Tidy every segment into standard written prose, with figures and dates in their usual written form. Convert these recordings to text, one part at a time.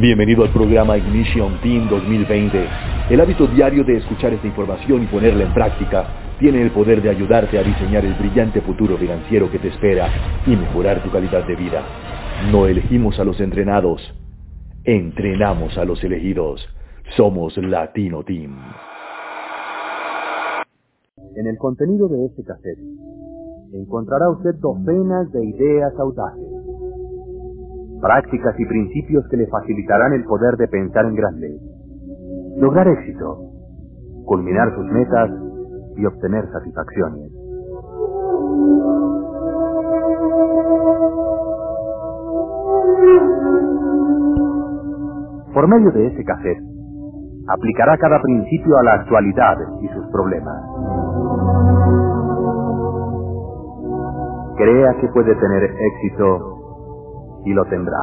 Bienvenido al programa Ignition Team 2020. El hábito diario de escuchar esta información y ponerla en práctica tiene el poder de ayudarte a diseñar el brillante futuro financiero que te espera y mejorar tu calidad de vida. No elegimos a los entrenados, entrenamos a los elegidos. Somos Latino Team. En el contenido de este cassette encontrará usted docenas de ideas audaces, prácticas y principios que le facilitarán el poder de pensar en grande, lograr éxito, culminar sus metas y obtener satisfacciones. Por medio de este cassette, aplicará cada principio a la actualidad y sus problemas. Crea que puede tener éxito y lo tendrá.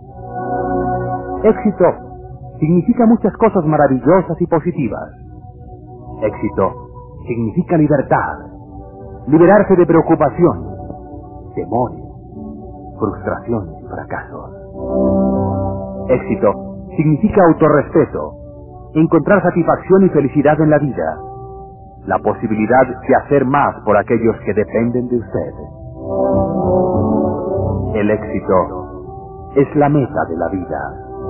Éxito significa muchas cosas maravillosas y positivas. Éxito significa libertad, liberarse de preocupaciones, temores, frustraciones y fracasos. Éxito significa autorrespeto, encontrar satisfacción y felicidad en la vida, la posibilidad de hacer más por aquellos que dependen de usted. El éxito es la meta de la vida.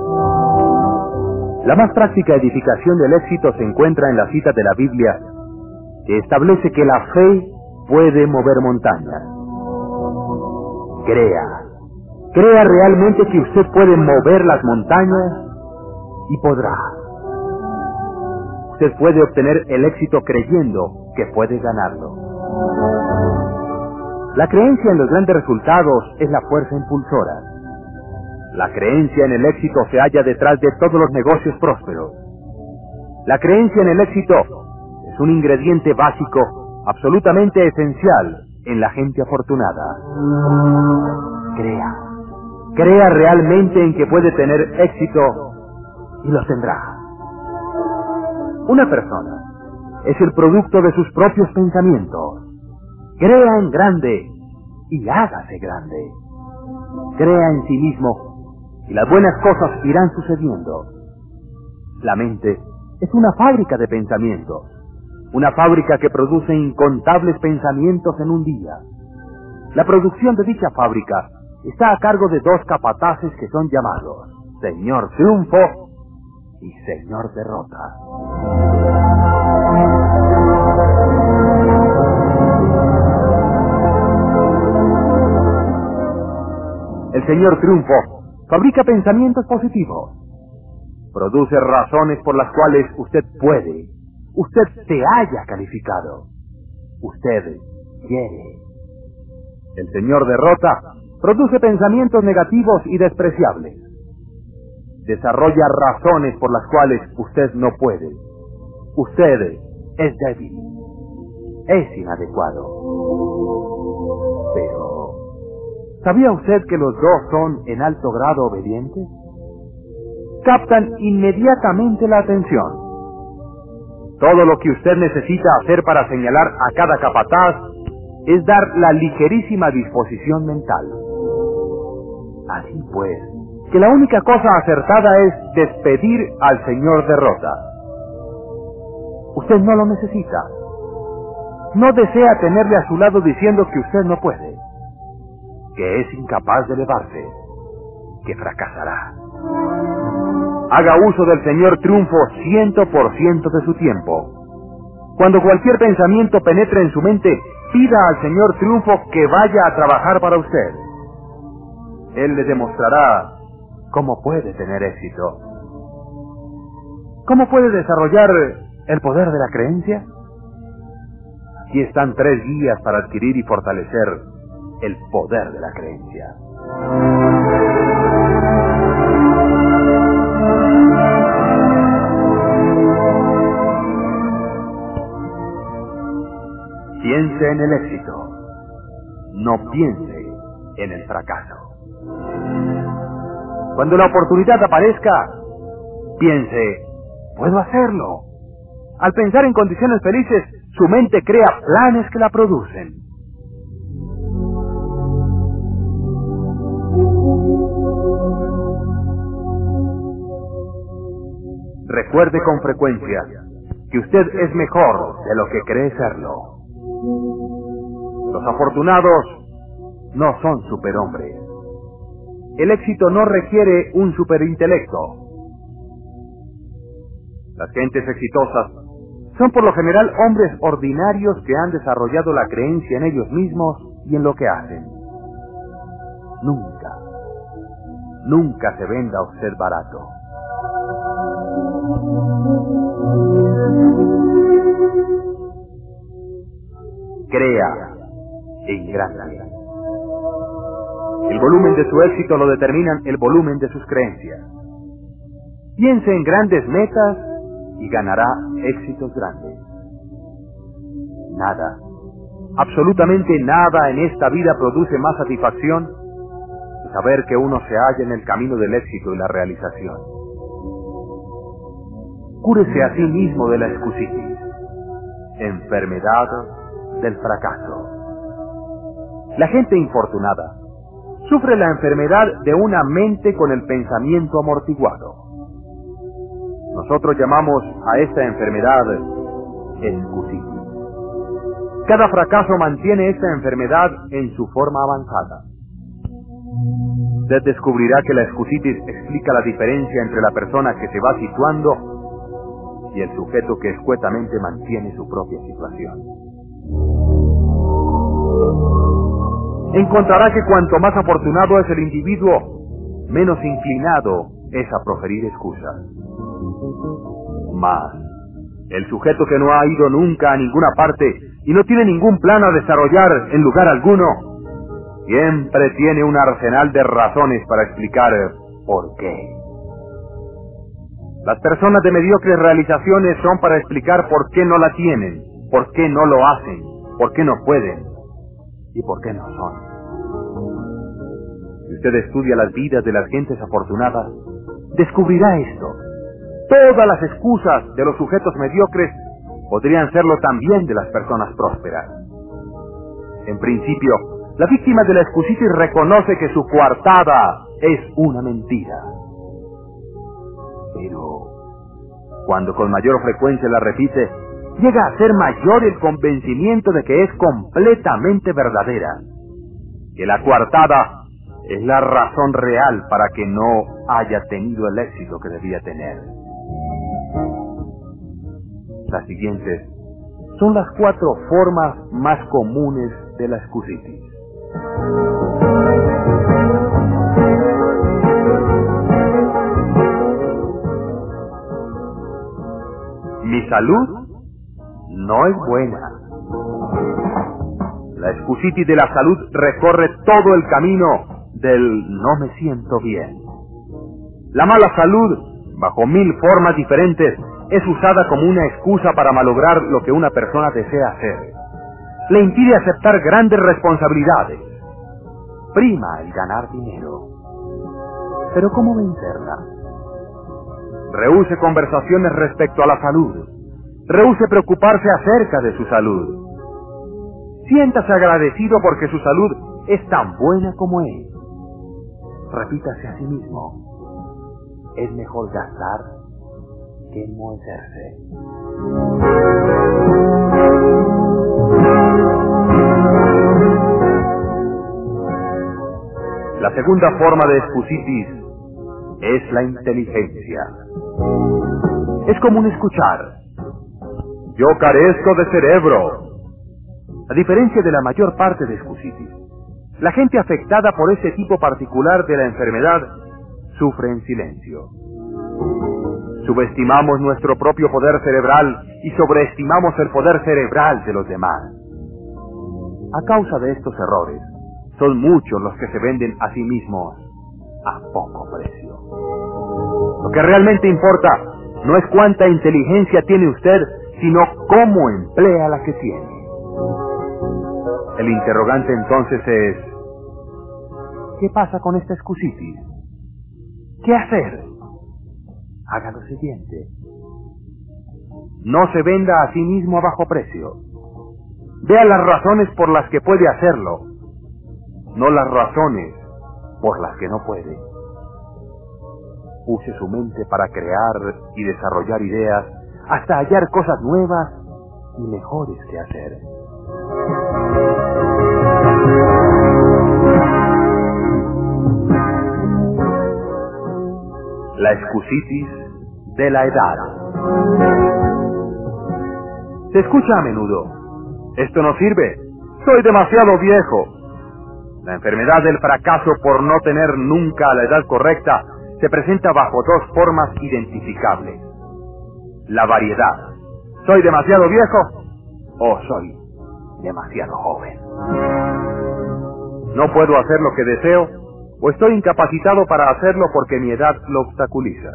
La más práctica edificación del éxito se encuentra en la cita de la Biblia que establece que la fe puede mover montañas. Crea realmente que usted puede mover las montañas y podrá. Usted puede obtener el éxito creyendo que puede ganarlo. La creencia en los grandes resultados es la fuerza impulsora. La creencia en el éxito se halla detrás de todos los negocios prósperos. La creencia en el éxito es un ingrediente básico, absolutamente esencial en la gente afortunada. Crea realmente en que puede tener éxito y lo tendrá. Una persona es el producto de sus propios pensamientos. Crea en grande y hágase grande. Crea en sí mismo y las buenas cosas irán sucediendo. La mente es una fábrica de pensamientos, una fábrica que produce incontables pensamientos en un día. La producción de dicha fábrica está a cargo de dos capataces que son llamados Señor Triunfo y Señor Derrota. El Señor Triunfo fabrica pensamientos positivos. Produce razones por las cuales usted puede. Usted se haya calificado. Usted quiere. El Señor Derrota produce pensamientos negativos y despreciables. Desarrolla razones por las cuales usted no puede. Usted es débil. Es inadecuado. Pero ¿sabía usted que los dos son en alto grado obedientes? Captan inmediatamente la atención. Todo lo que usted necesita hacer para señalar a cada capataz es dar la ligerísima disposición mental. Así pues, que la única cosa acertada es despedir al Señor Derrota. Usted no lo necesita. No desea tenerle a su lado diciendo que usted no puede, que es incapaz de elevarse, que fracasará. Haga uso del Señor Triunfo 100% de su tiempo. Cuando cualquier pensamiento penetre en su mente, pida al Señor Triunfo que vaya a trabajar para usted. Él le demostrará cómo puede tener éxito. ¿Cómo puede desarrollar el poder de la creencia? Aquí están 3 guías para adquirir y fortalecer el poder de la creencia. Piense en el éxito. No piense en el fracaso. Cuando la oportunidad aparezca, piense, puedo hacerlo. Al pensar en condiciones felices, su mente crea planes que la producen. recuerde con frecuencia que usted es mejor de lo que cree serlo. Los afortunados no son superhombres. El éxito no requiere un superintelecto. Las gentes exitosas son por lo general hombres ordinarios que han desarrollado la creencia en ellos mismos y en lo que hacen. Nunca se venda usted barato. Crea en grande. El volumen de su éxito lo determinan el volumen de sus creencias. Piense en grandes metas y ganará éxitos grandes. Nada, absolutamente nada en esta vida produce más satisfacción que saber que uno se halla en el camino del éxito y la realización. Cúrese a sí mismo de la excusitis, enfermedad del fracaso. La gente infortunada sufre la enfermedad de una mente con el pensamiento amortiguado. Nosotros llamamos a esta enfermedad excusitis. Cada fracaso mantiene esta enfermedad en su forma avanzada. Usted descubrirá que la excusitis explica la diferencia entre la persona que se va situando y el sujeto que escuetamente mantiene su propia situación. Encontrará que cuanto más afortunado es el individuo, menos inclinado es a proferir excusas. Mas, el sujeto que no ha ido nunca a ninguna parte y no tiene ningún plan a desarrollar en lugar alguno, siempre tiene un arsenal de razones para explicar por qué. Las personas de mediocres realizaciones son para explicar por qué no la tienen, por qué no lo hacen, por qué no pueden y por qué no son. Si usted estudia las vidas de las gentes afortunadas, descubrirá esto. Todas las excusas de los sujetos mediocres podrían serlo también de las personas prósperas. En principio, la víctima de la excusitis reconoce que su coartada es una mentira. Pero, cuando con mayor frecuencia la repite, llega a ser mayor el convencimiento de que es completamente verdadera, que la coartada es la razón real para que no haya tenido el éxito que debía tener. Las siguientes son las 4 formas más comunes de la excusitis. Mi salud no es buena. La excusitis de la salud recorre todo el camino del no me siento bien. La mala salud, bajo 1000 formas diferentes, es usada como una excusa para malograr lo que una persona desea hacer. Le impide aceptar grandes responsabilidades. Prima el ganar dinero. Pero ¿cómo vencerla? Rehúse conversaciones respecto a la salud. Rehúse preocuparse acerca de su salud. Siéntase agradecido porque su salud es tan buena como es. Repítase a sí mismo: es mejor gastar que enmohecerse. La segunda forma de excusitis es la inteligencia. Es común escuchar: yo carezco de cerebro. A diferencia de la mayor parte de excusitis, la gente afectada por ese tipo particular de la enfermedad sufre en silencio. Subestimamos nuestro propio poder cerebral y sobreestimamos el poder cerebral de los demás. A causa de estos errores, son muchos los que se venden a sí mismos a poco precio. Lo que realmente importa no es cuánta inteligencia tiene usted, sino cómo emplea la que tiene. El interrogante entonces es: ¿qué pasa con esta excusitis? ¿Qué hacer? Haga lo siguiente: no se venda a sí mismo a bajo precio. Vea las razones por las que puede hacerlo, no las razones por las que no puede. use su mente para crear y desarrollar ideas hasta hallar cosas nuevas y mejores que hacer. La excusitis de la edad. Se escucha a menudo: esto no sirve, soy demasiado viejo. La enfermedad del fracaso por no tener nunca la edad correcta se presenta bajo dos formas identificables: la variedad, soy demasiado viejo o soy demasiado joven. No puedo hacer lo que deseo o estoy incapacitado para hacerlo porque mi edad lo obstaculiza.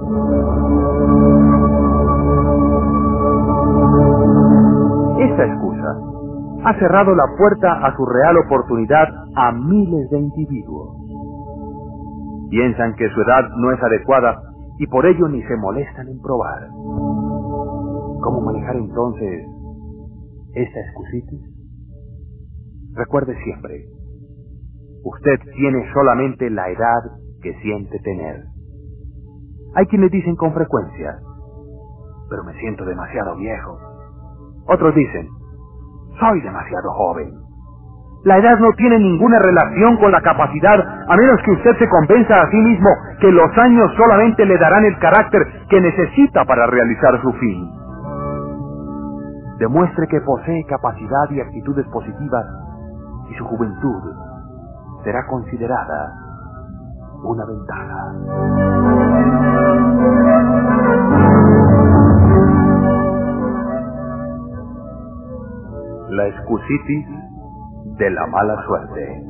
Esta excusa ha cerrado la puerta a su real oportunidad a miles de individuos. Piensan que su edad no es adecuada y por ello ni se molestan en probar. ¿Cómo manejar entonces esta excusitis? Recuerde siempre, usted tiene solamente la edad que siente tener. Hay quienes dicen con frecuencia: pero me siento demasiado viejo. Otros dicen: soy demasiado joven. La edad no tiene ninguna relación con la capacidad, a menos que usted se convenza a sí mismo que los años solamente le darán el carácter que necesita para realizar su fin. Demuestre que posee capacidad y actitudes positivas y su juventud será considerada una ventaja. La excusitis de la mala suerte.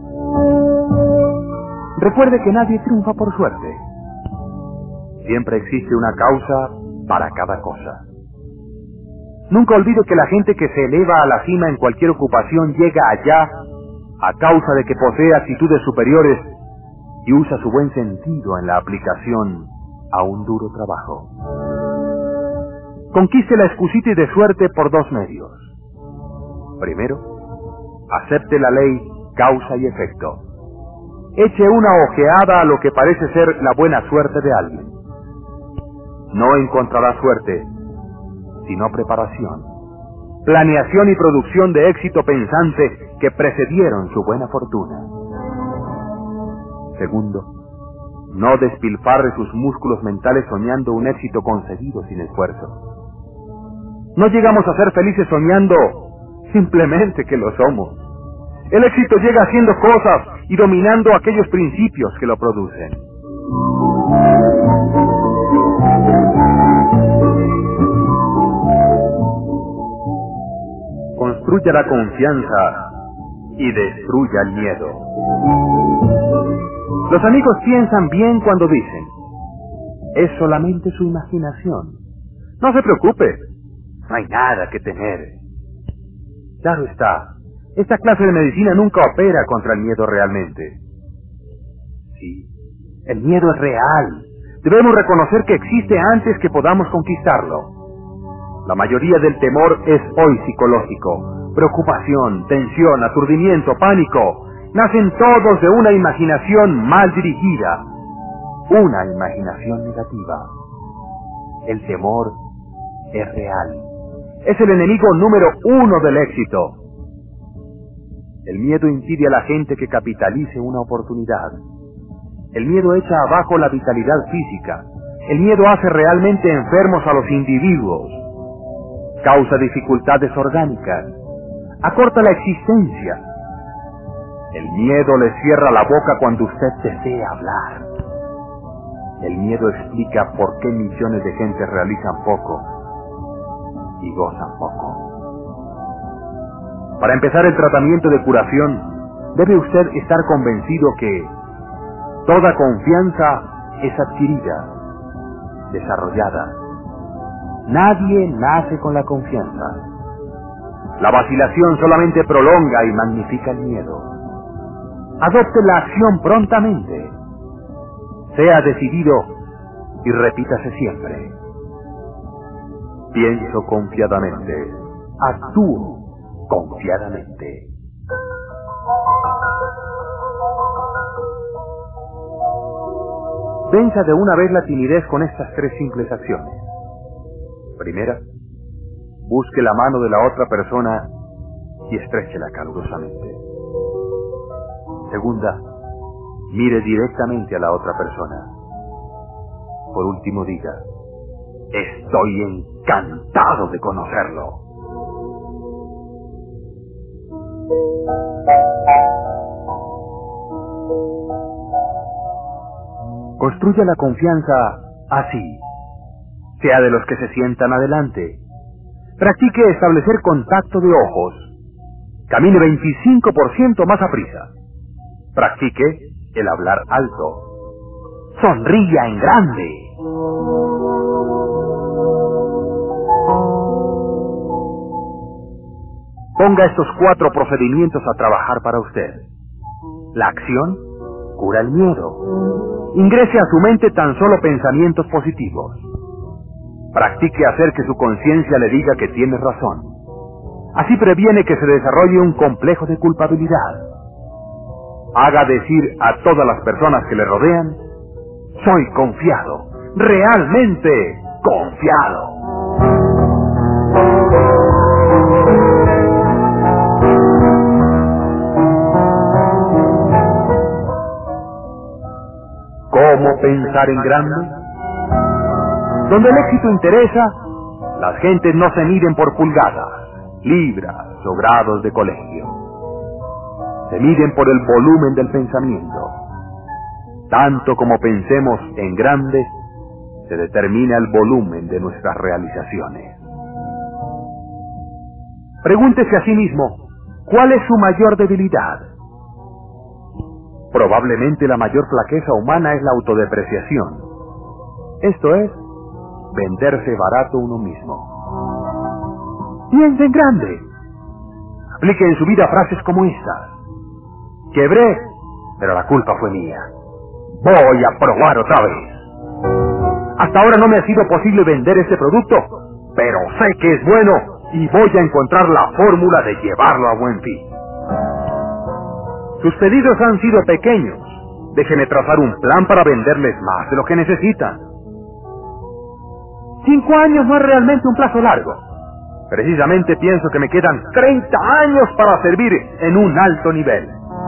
Recuerde que nadie triunfa por suerte. Siempre existe una causa para cada cosa. Nunca olvide que la gente que se eleva a la cima en cualquier ocupación llega allá a causa de que posee actitudes superiores y usa su buen sentido en la aplicación a un duro trabajo. Conquiste la excusitis de suerte por dos medios. Primero, acepte la ley causa y efecto. Eche una ojeada a lo que parece ser la buena suerte de alguien. No encontrará suerte, sino preparación, planeación y producción de éxito pensante que precedieron su buena fortuna. Segundo, no despilfarre sus músculos mentales soñando un éxito conseguido sin esfuerzo. No llegamos a ser felices soñando, simplemente que lo somos. El éxito llega haciendo cosas y dominando aquellos principios que lo producen. Construya la confianza y destruya el miedo. Los amigos piensan bien cuando dicen: es solamente su imaginación. No se preocupe, no hay nada que temer. Claro está, esta clase de medicina nunca opera contra el miedo realmente. Sí, el miedo es real. Debemos reconocer que existe antes que podamos conquistarlo. La mayoría del temor es hoy psicológico. Preocupación, tensión, aturdimiento, pánico, nacen todos de una imaginación mal dirigida, una imaginación negativa. El temor es real. Es el enemigo número uno del éxito. El miedo impide a la gente que capitalice una oportunidad. El miedo echa abajo la vitalidad física. El miedo hace realmente enfermos a los individuos. Causa dificultades orgánicas. Acorta la existencia. El miedo le cierra la boca cuando usted desea hablar. El miedo explica por qué millones de gente realizan poco y gozan poco. Para empezar el tratamiento de curación, debe usted estar convencido que toda confianza es adquirida, desarrollada. Nadie nace con la confianza. La vacilación solamente prolonga y magnifica el miedo. Adopte la acción prontamente. Sea decidido y repítase siempre: pienso confiadamente, actúo confiadamente. Venza de una vez la timidez con estas 3 simples acciones. Primera, busque la mano de la otra persona y estréchela calurosamente. Segunda, mire directamente a la otra persona. Por último, diga: estoy encantado de conocerlo. Construya la confianza así. Sea de los que se sientan adelante. Practique establecer contacto de ojos. Camine 25% más aprisa. Practique el hablar alto. Sonría en grande. Ponga estos 4 procedimientos a trabajar para usted. La acción cura el miedo. Ingrese a su mente tan solo pensamientos positivos. Practique hacer que su conciencia le diga que tiene razón. Así previene que se desarrolle un complejo de culpabilidad. Haga decir a todas las personas que le rodean: soy confiado, realmente confiado. ¿Cómo pensar en grande? Donde el éxito interesa, las gentes no se miden por pulgadas, libras o grados de colegio. Se miden por el volumen del pensamiento. Tanto como pensemos en grande, se determina el volumen de nuestras realizaciones. Pregúntese a sí mismo: ¿cuál es su mayor debilidad? Probablemente la mayor flaqueza humana es la autodepreciación. Esto es, venderse barato uno mismo. Piense en grande. Aplique en su vida frases como estas: quebré, pero la culpa fue mía. Voy a probar otra vez. Hasta ahora no me ha sido posible vender este producto, pero sé que es bueno y voy a encontrar la fórmula de llevarlo a buen fin. Sus pedidos han sido pequeños. Déjeme trazar un plan para venderles más de lo que necesitan. 5 años no es realmente un plazo largo. Precisamente pienso que me quedan 30 años para servir en un alto nivel.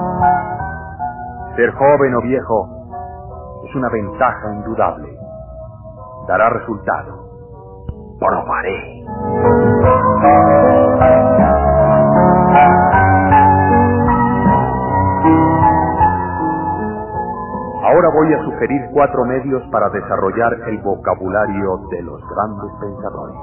Ser joven o viejo es una ventaja indudable. Dará resultado. Probaré. Ahora voy a sugerir 4 medios para desarrollar el vocabulario de los grandes pensadores.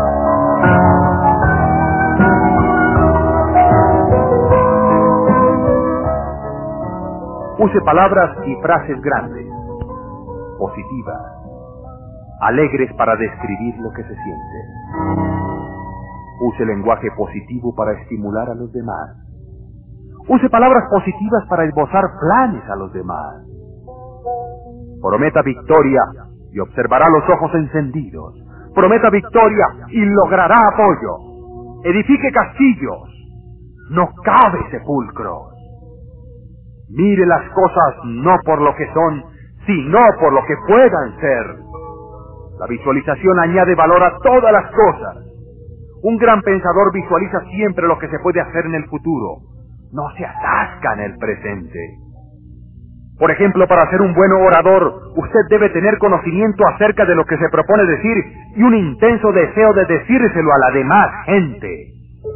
Use palabras y frases grandes, positivas, alegres para describir lo que se siente. Use lenguaje positivo para estimular a los demás. Use palabras positivas para esbozar planes a los demás. Prometa victoria y observará los ojos encendidos. Prometa victoria y logrará apoyo. Edifique castillos, no cabe sepulcros. Mire las cosas no por lo que son, sino por lo que puedan ser. La visualización añade valor a todas las cosas. Un gran pensador visualiza siempre lo que se puede hacer en el futuro. No se atasca en el presente. Por ejemplo, para ser un buen orador, usted debe tener conocimiento acerca de lo que se propone decir y un intenso deseo de decírselo a la demás gente.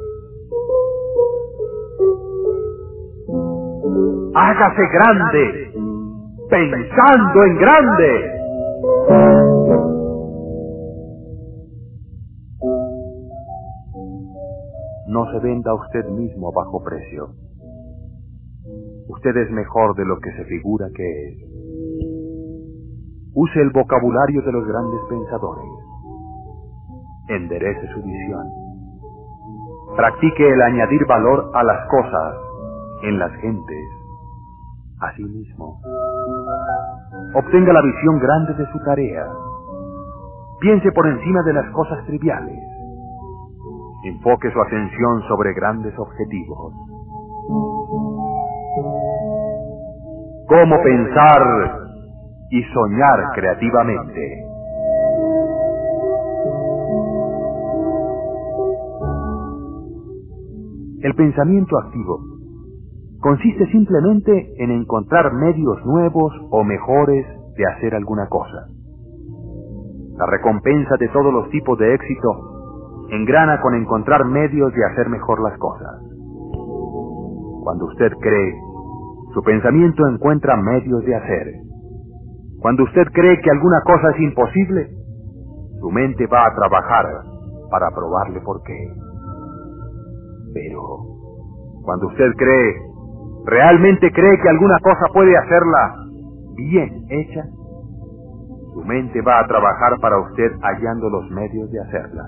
Hágase grande, pensando en grande. No se venda a usted mismo a bajo precio. Usted es mejor de lo que se figura que es. Use el vocabulario de los grandes pensadores. Enderece su visión. Practique el añadir valor a las cosas, en las gentes, a sí mismo. Obtenga la visión grande de su tarea. Piense por encima de las cosas triviales. Enfoque su atención sobre grandes objetivos. ¿Cómo pensar y soñar creativamente. El pensamiento activo consiste simplemente en encontrar medios nuevos o mejores de hacer alguna cosa. La recompensa de todos los tipos de éxito engrana con encontrar medios de hacer mejor las cosas. Cuando usted cree, su pensamiento encuentra medios de hacer. Cuando usted cree que alguna cosa es imposible, su mente va a trabajar para probarle por qué. Pero, cuando usted realmente cree que alguna cosa puede hacerla bien hecha, su mente va a trabajar para usted hallando los medios de hacerla.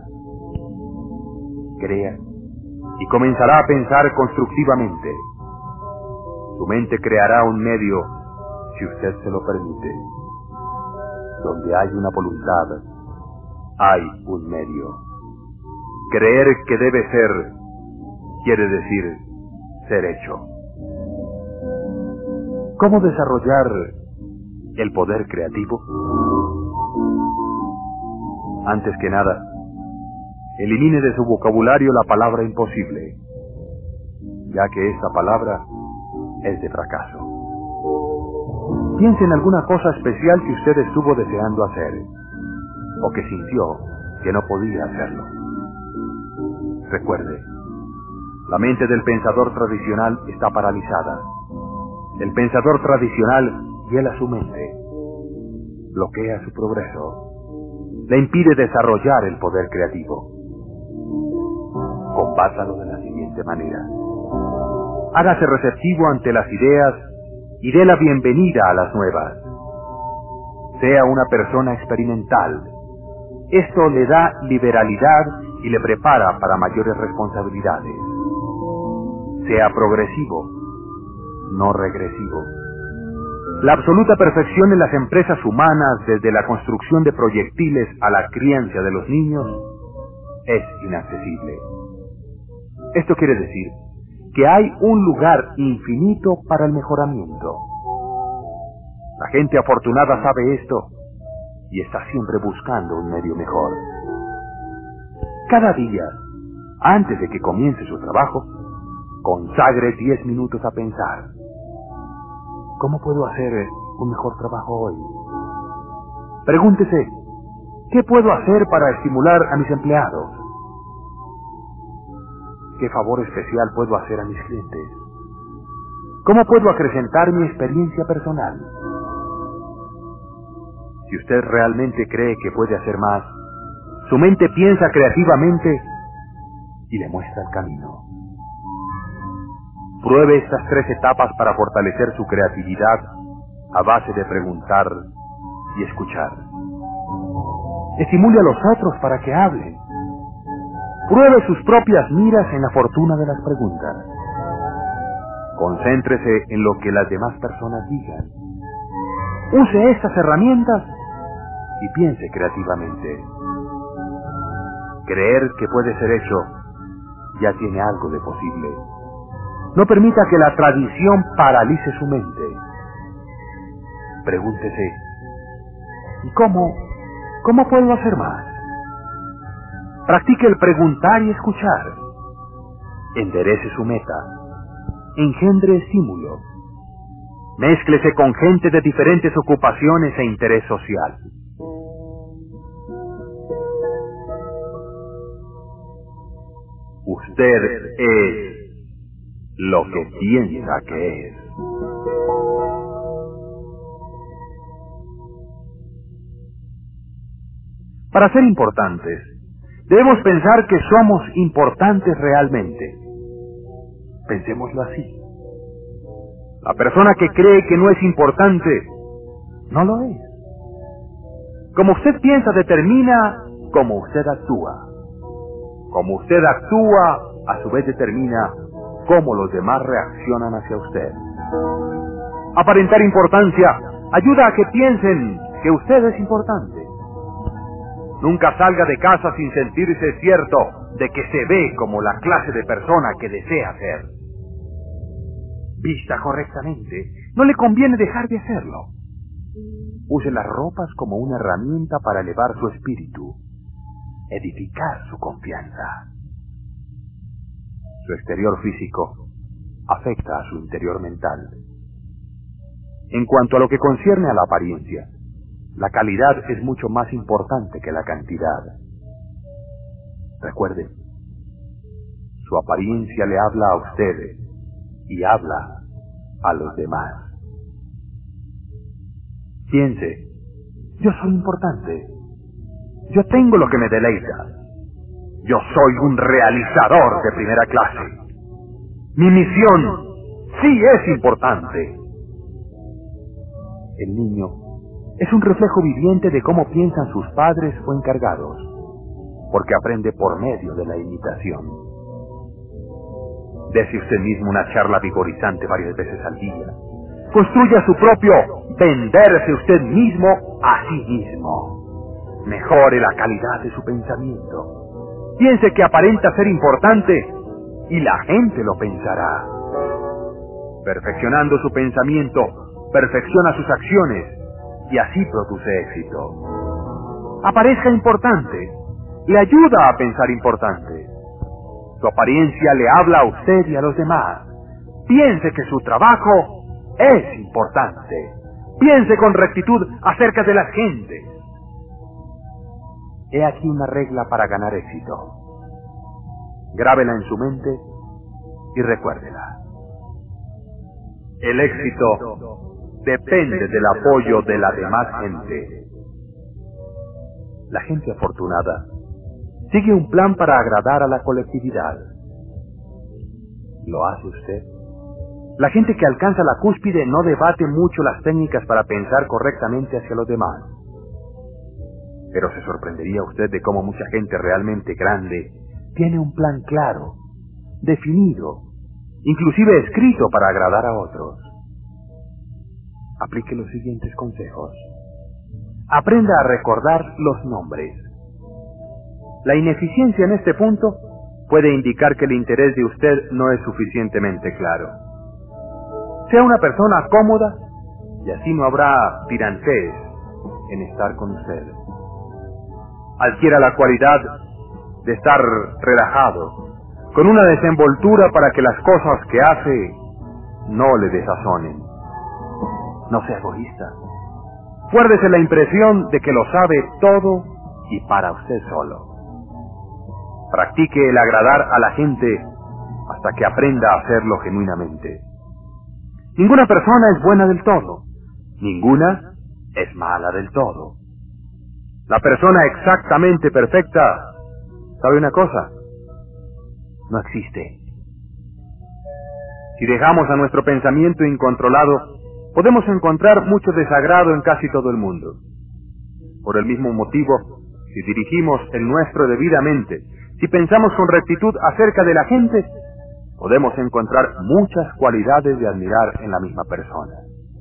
Crea y comenzará a pensar constructivamente. Su mente creará un medio si usted se lo permite. Donde hay una voluntad, hay un medio. Creer que debe ser quiere decir ser hecho. ¿Cómo desarrollar el poder creativo? Antes que nada, elimine de su vocabulario la palabra imposible, ya que esta palabra es de fracaso. Piense en alguna cosa especial que usted estuvo deseando hacer, o que sintió que no podía hacerlo. Recuerde, la mente del pensador tradicional está paralizada. El pensador tradicional hiela su mente, bloquea su progreso, le impide desarrollar el poder creativo. Combátalo de la siguiente manera. Hágase receptivo ante las ideas y dé la bienvenida a las nuevas. Sea una persona experimental. Esto le da liberalidad y le prepara para mayores responsabilidades. Sea progresivo, no regresivo. La absoluta perfección en las empresas humanas, desde la construcción de proyectiles a la crianza de los niños, es inaccesible. Esto quiere decir que hay un lugar infinito para el mejoramiento. La gente afortunada sabe esto y está siempre buscando un medio mejor. Cada día, antes de que comience su trabajo, consagre 10 minutos a pensar. ¿Cómo puedo hacer un mejor trabajo hoy? Pregúntese, ¿qué puedo hacer para estimular a mis empleados? ¿Qué favor especial puedo hacer a mis clientes? ¿Cómo puedo acrecentar mi experiencia personal? Si usted realmente cree que puede hacer más, su mente piensa creativamente y le muestra el camino. Pruebe estas 3 etapas para fortalecer su creatividad a base de preguntar y escuchar. Estimule a los otros para que hablen. Pruebe sus propias miras en la fortuna de las preguntas. Concéntrese en lo que las demás personas digan. Use estas herramientas y piense creativamente. Creer que puede ser hecho ya tiene algo de posible. No permita que la tradición paralice su mente. Pregúntese, ¿y cómo puedo hacer más? Practique el preguntar y escuchar. Enderece su meta. Engendre estímulo. Mézclese con gente de diferentes ocupaciones e interés social. Usted es lo que piensa que es. Para ser importantes, debemos pensar que somos importantes realmente. Pensémoslo así. La persona que cree que no es importante, no lo es. Como usted piensa determina cómo usted actúa. Como usted actúa, a su vez determina cómo los demás reaccionan hacia usted. Aparentar importancia ayuda a que piensen que usted es importante. Nunca salga de casa sin sentirse cierto de que se ve como la clase de persona que desea ser. Vista correctamente, no le conviene dejar de hacerlo. Use las ropas como una herramienta para elevar su espíritu, edificar su confianza. Su exterior físico afecta a su interior mental. En cuanto a lo que concierne a la apariencia, la calidad es mucho más importante que la cantidad. Recuerde, su apariencia le habla a usted y habla a los demás. Piense, yo soy importante. Yo tengo lo que me deleita. Yo soy un realizador de primera clase. Mi misión sí es importante. El niño es un reflejo viviente de cómo piensan sus padres o encargados, porque aprende por medio de la imitación. Dese usted mismo una charla vigorizante varias veces al día. Construya su propio venderse usted mismo a sí mismo. Mejore la calidad de su pensamiento. Piense que aparenta ser importante y la gente lo pensará. Perfeccionando su pensamiento, perfecciona sus acciones y así produce éxito. Aparezca importante, le ayuda a pensar importante. Su apariencia le habla a usted y a los demás. Piense que su trabajo es importante. Piense con rectitud acerca de las gentes. He aquí una regla para ganar éxito. Grábela en su mente y recuérdela. El éxito depende del apoyo de la demás gente. La gente afortunada sigue un plan para agradar a la colectividad. ¿Lo hace usted? La gente que alcanza la cúspide no debate mucho las técnicas para pensar correctamente hacia los demás. Pero se sorprendería usted de cómo mucha gente realmente grande tiene un plan claro, definido, inclusive escrito para agradar a otros. Aplique los siguientes consejos. Aprenda a recordar los nombres. La ineficiencia en este punto puede indicar que el interés de usted no es suficientemente claro. Sea una persona cómoda y así no habrá tirantez en estar con usted. Adquiera la cualidad de estar relajado, con una desenvoltura para que las cosas que hace no le desazonen. No sea egoísta. Guárdese la impresión de que lo sabe todo y para usted solo. Practique el agradar a la gente hasta que aprenda a hacerlo genuinamente. Ninguna persona es buena del todo. Ninguna es mala del todo. La persona exactamente perfecta, ¿sabe una cosa? No existe. Si dejamos a nuestro pensamiento incontrolado, podemos encontrar mucho desagrado en casi todo el mundo. Por el mismo motivo, si dirigimos el nuestro debidamente, si pensamos con rectitud acerca de la gente, podemos encontrar muchas cualidades de admirar en la misma persona.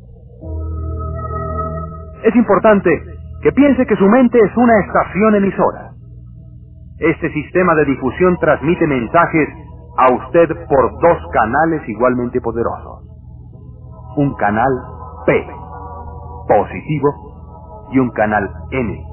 Es importante que piense que su mente es una estación emisora. Este sistema de difusión transmite mensajes a usted por dos canales igualmente poderosos. Un canal P, positivo, y un canal N,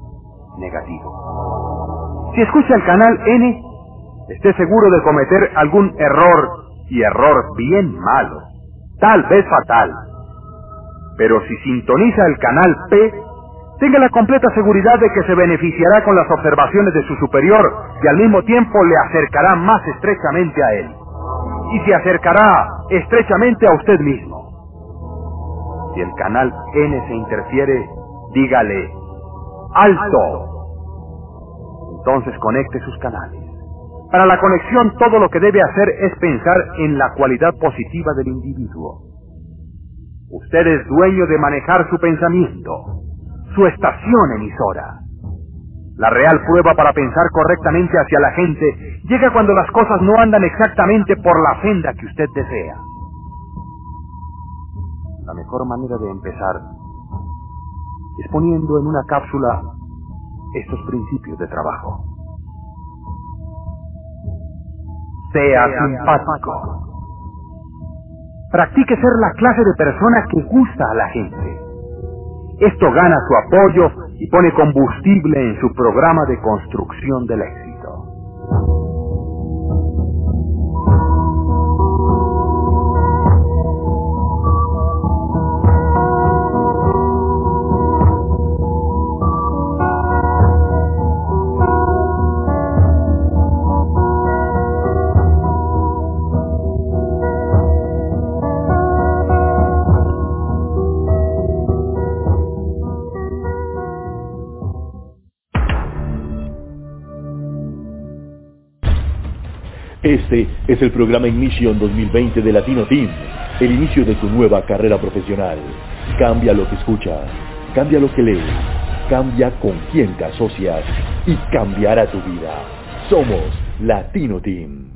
negativo. Si escucha el canal N, esté seguro de cometer algún error, y error bien malo, tal vez fatal. Pero si sintoniza el canal P, tenga la completa seguridad de que se beneficiará con las observaciones de su superior y al mismo tiempo le acercará más estrechamente a él. Y se acercará estrechamente a usted mismo. Si el canal N se interfiere, dígale, ¡alto! Entonces conecte sus canales. Para la conexión todo lo que debe hacer es pensar en la cualidad positiva del individuo. Usted es dueño de manejar su pensamiento, su estación emisora. La real prueba para pensar correctamente hacia la gente llega cuando las cosas no andan exactamente por la senda que usted desea. La mejor manera de empezar es poniendo en una cápsula estos principios de trabajo. Sea simpático. Practique ser la clase de persona que gusta a la gente. Esto gana su apoyo y pone combustible en su programa de construcción del éxito. Este es el programa Ignition 2020 de Latino Team, el inicio de tu nueva carrera profesional. Cambia lo que escuchas, cambia lo que lees, cambia con quién te asocias y cambiará tu vida. Somos Latino Team.